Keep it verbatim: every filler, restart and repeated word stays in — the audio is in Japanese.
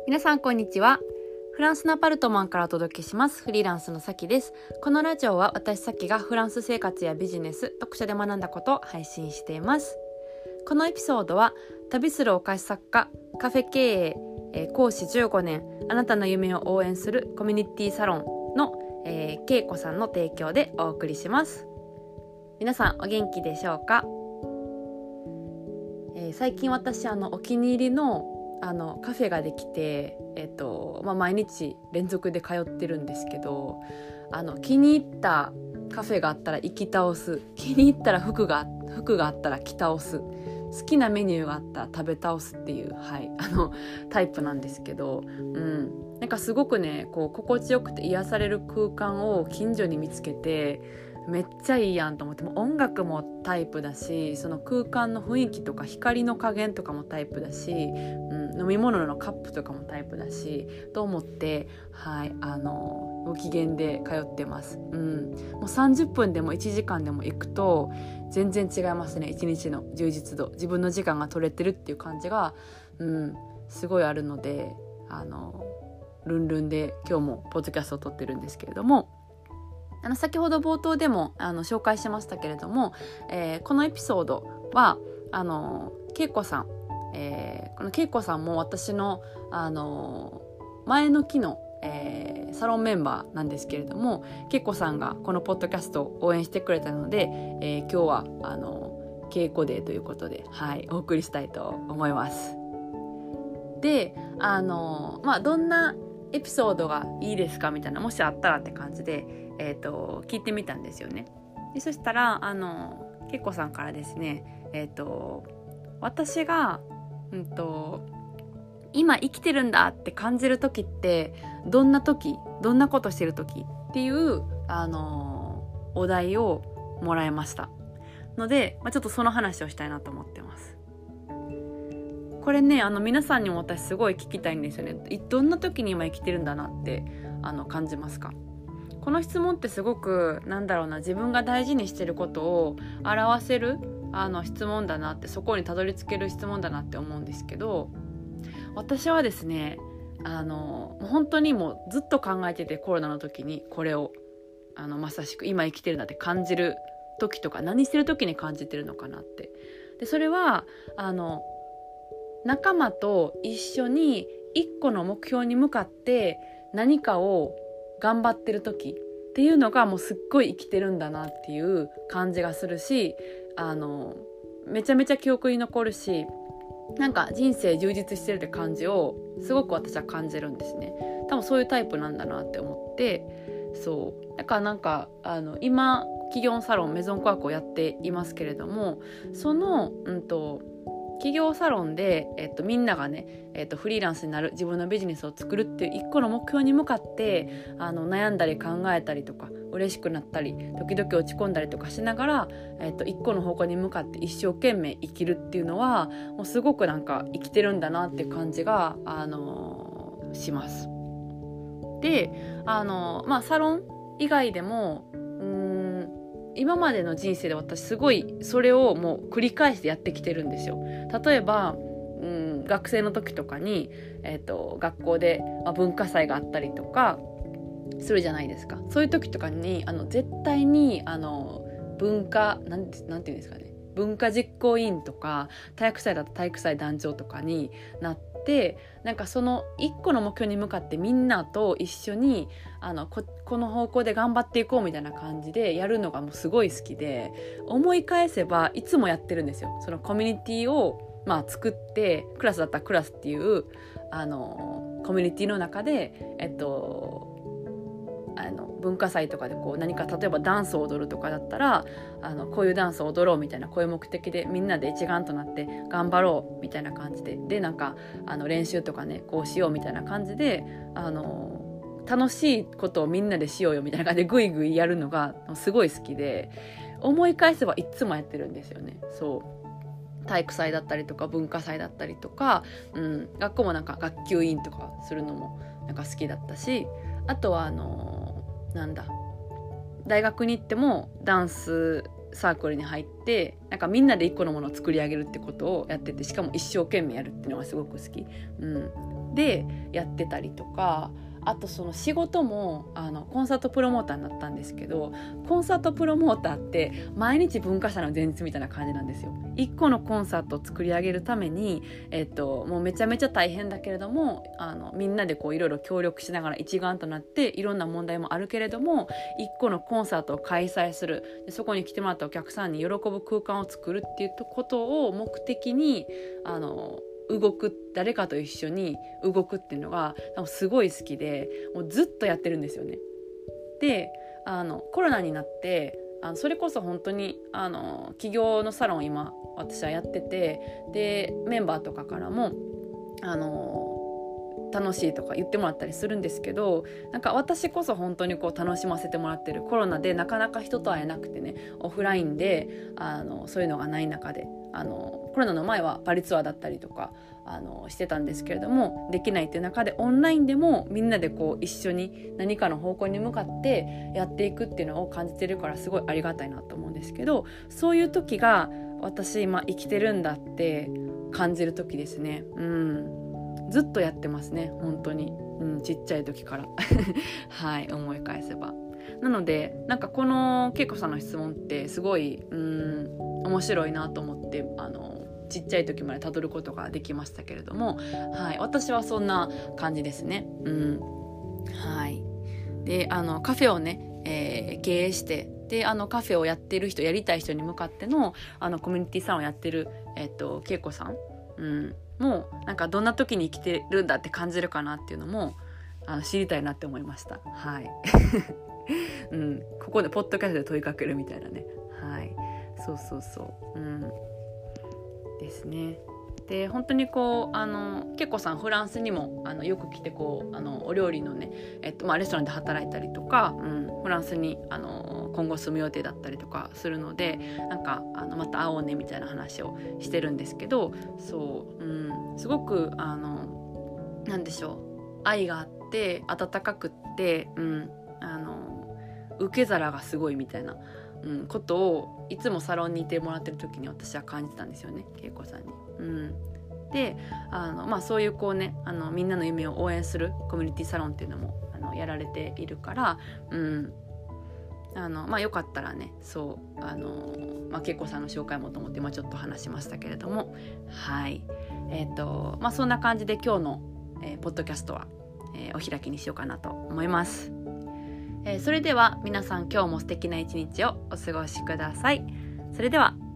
皆さんこんにちは。フランスのアパルトマンからお届けしますフリーランスのさきです。このラジオは私さきがフランス生活やビジネス、読書で学んだことを配信しています。このエピソードは旅するお菓子作家、カフェ経営、えー、講師じゅうごねん、あなたの夢を応援するコミュニティサロンの、えー、けいこさんの提供でお送りします。皆さんお元気でしょうか？えー、最近私あのお気に入りのあのカフェができて、えっとまあ、毎日連続で通ってるんですけど、あの気に入ったカフェがあったら行き倒す、気に入ったら服が服があったら着倒す、好きなメニューがあったら食べ倒すっていう、はい、あのタイプなんですけど、うん、なんかすごくねこう心地よくて癒される空間を近所に見つけて、めっちゃいいやんと思って、も音楽もタイプだし、その空間の雰囲気とか光の加減とかもタイプだし、うん、飲み物のカップとかもタイプだしと思って、はい、あのご機嫌で通ってます、うん、もうさんじゅっぷんでもいちじかんでも行くと全然違いますね。一日の充実度、自分の時間が取れてるっていう感じが、うん、すごいあるので、あのルンルンで今日もポッドキャストを撮ってるんですけれども、あの先ほど冒頭でもあの紹介しましたけれども、えー、このエピソードはあのけいこさん、えー、このけいこさんも私の、あの前の期の、えー、サロンメンバーなんですけれども、けいこさんがこのポッドキャストを応援してくれたので、えー、今日はあのけいこデーということで、はい、お送りしたいと思います。で、あのまあどんなエピソードがいいですかみたいな、もしあったらって感じで、えー、と聞いてみたんですよね。でそしたらあのけいこさんからですね、えー、と私が、うんと今生きてるんだって感じる時ってどんな時、どんなことしてる時っていうあのお題をもらいましたので、まあ、ちょっとその話をしたいなと思ってます。これね、あの皆さんにも私すごい聞きたいんですよね。どんな時に今生きてるんだなってあの感じますか？この質問ってすごくなんだろうな、自分が大事にしてることを表せるあの質問だなって、そこにたどり着ける質問だなって思うんですけど、私はですね、あの本当にもうずっと考えてて、コロナの時にこれをあのまさしく今生きてるんだって感じる時とか、何してる時に感じてるのかなって。でそれはあの仲間と一緒に一個の目標に向かって何かを頑張ってる時っていうのがもうすっごい生きてるんだなっていう感じがするし、あのめちゃめちゃ記憶に残るし、なんか人生充実してるって感じをすごく私は感じるんですね。多分そういうタイプなんだなって思って、そうだからなんかあの今企業サロンメゾンコワークをやっていますけれども、そのうんと企業サロンで、えっと、みんながね、えっと、フリーランスになる、自分のビジネスを作るっていう一個の目標に向かってあの悩んだり考えたりとか、嬉しくなったり時々落ち込んだりとかしながら、えっと、一個の方向に向かって一生懸命生きるっていうのはもうすごくなんか生きてるんだなっていう感じが、あのー、します。で、あのーまあ、サロン以外でも今までの人生で私すごいそれをもう繰り返してやってきてるんですよ。例えば、うん、学生の時とかに、えーと、学校で、まあ、文化祭があったりとかするじゃないですか。そういう時とかにあの絶対にあの文化なんて、なんていうんですかね、文化実行委員とか体育祭だと体育祭団長とかになって、なんかその一個の目標に向かってみんなと一緒にあの こ, この方向で頑張っていこうみたいな感じでやるのがもうすごい好きで、思い返せばいつもやってるんですよ。そのコミュニティをまあ作って、クラスだったらクラスっていうあのコミュニティの中で、えっとあの文化祭とかでこう何か例えばダンスを踊るとかだったら、あのこういうダンスを踊ろうみたいな、こういう目的でみんなで一丸となって頑張ろうみたいな感じで、でなんかあの練習とかねこうしようみたいな感じで、あの楽しいことをみんなでしようよみたいな感じでグイグイやるのがすごい好きで、思い返せばいつもやってるんですよね。そう体育祭だったりとか文化祭だったりとか、うん、学校もなんか学級委員とかするのもなんか好きだったし、あとはあのなんだ大学に行ってもダンスサークルに入って、なんかみんなで一個のものを作り上げるってことをやってて、しかも一生懸命やるっていうのがすごく好き、うん、 でやってたりとか、あとその仕事もあのコンサートプロモーターになったんですけど、コンサートプロモーターって毎日文化祭の前日みたいな感じなんですよ。一個のコンサートを作り上げるために、えっと、もうめちゃめちゃ大変だけれども、あのみんなでこういろいろ協力しながら一丸となっていろんな問題もあるけれども、一個のコンサートを開催する、でそこに来てもらったお客さんに喜ぶ空間を作るっていうことを目的にあの動く、誰かと一緒に動くっていうのが多分すごい好きで、もうずっとやってるんですよね。であのコロナになってあのそれこそ本当にあの起業のサロン今私はやってて、でメンバーとかからもあの楽しいとか言ってもらったりするんですけど、なんか私こそ本当にこう楽しませてもらってる。コロナでなかなか人と会えなくてね、オフラインであのそういうのがない中で、あのコロナの前はパリツアーだったりとかあのしてたんですけれども、できないっていう中でオンラインでもみんなでこう一緒に何かの方向に向かってやっていくっていうのを感じてるから、すごいありがたいなと思うんですけど、そういう時が私今生きてるんだって感じる時ですね。うんずっとやってますね本当に、うん、ちっちゃい時からはい思い返せば。なのでなんかこのけいこさんの質問ってすごいうん面白いなと思って、あのちっちゃい時までたどることができましたけれども、はい、私はそんな感じですね。うんはい、であのカフェをね、えー、経営して、であのカフェをやってる人、やりたい人に向かってのあのコミュニティサロンをやってる、えっと、けいこさん、うんもうなんかどんな時に生きてるんだって感じるかなっていうのもあの知りたいなって思いました。はい、うん、ここでポッドキャストで問いかけるみたいなね。はい、そうそうそう、うん、ですね。で本当にこうあのけいこさんフランスにもあのよく来てこうあのお料理のね、えっとまあ、レストランで働いたりとか、うん、フランスにあの今後住む予定だったりとかするので、なんかあのまた会おうねみたいな話をしてるんですけど、そう、うん、すごくあのなんでしょう、愛があって温かくって、うん、あの受け皿がすごいみたいな、うん、ことをいつもサロンにいてもらってる時に私は感じたんですよね、けいこさんに。うん、であの、まあ、そういうこうねあのみんなの夢を応援するコミュニティサロンっていうのもあのやられているから、うんあのまあ、よかったらね、そうあの、まあ、けいこさんの紹介もと思って今ちょっと話しましたけれども、はいえーとまあ、そんな感じで今日の、えー、ポッドキャストは、えー、お開きにしようかなと思います。えー、それでは皆さん今日も素敵な一日をお過ごしください。それでは。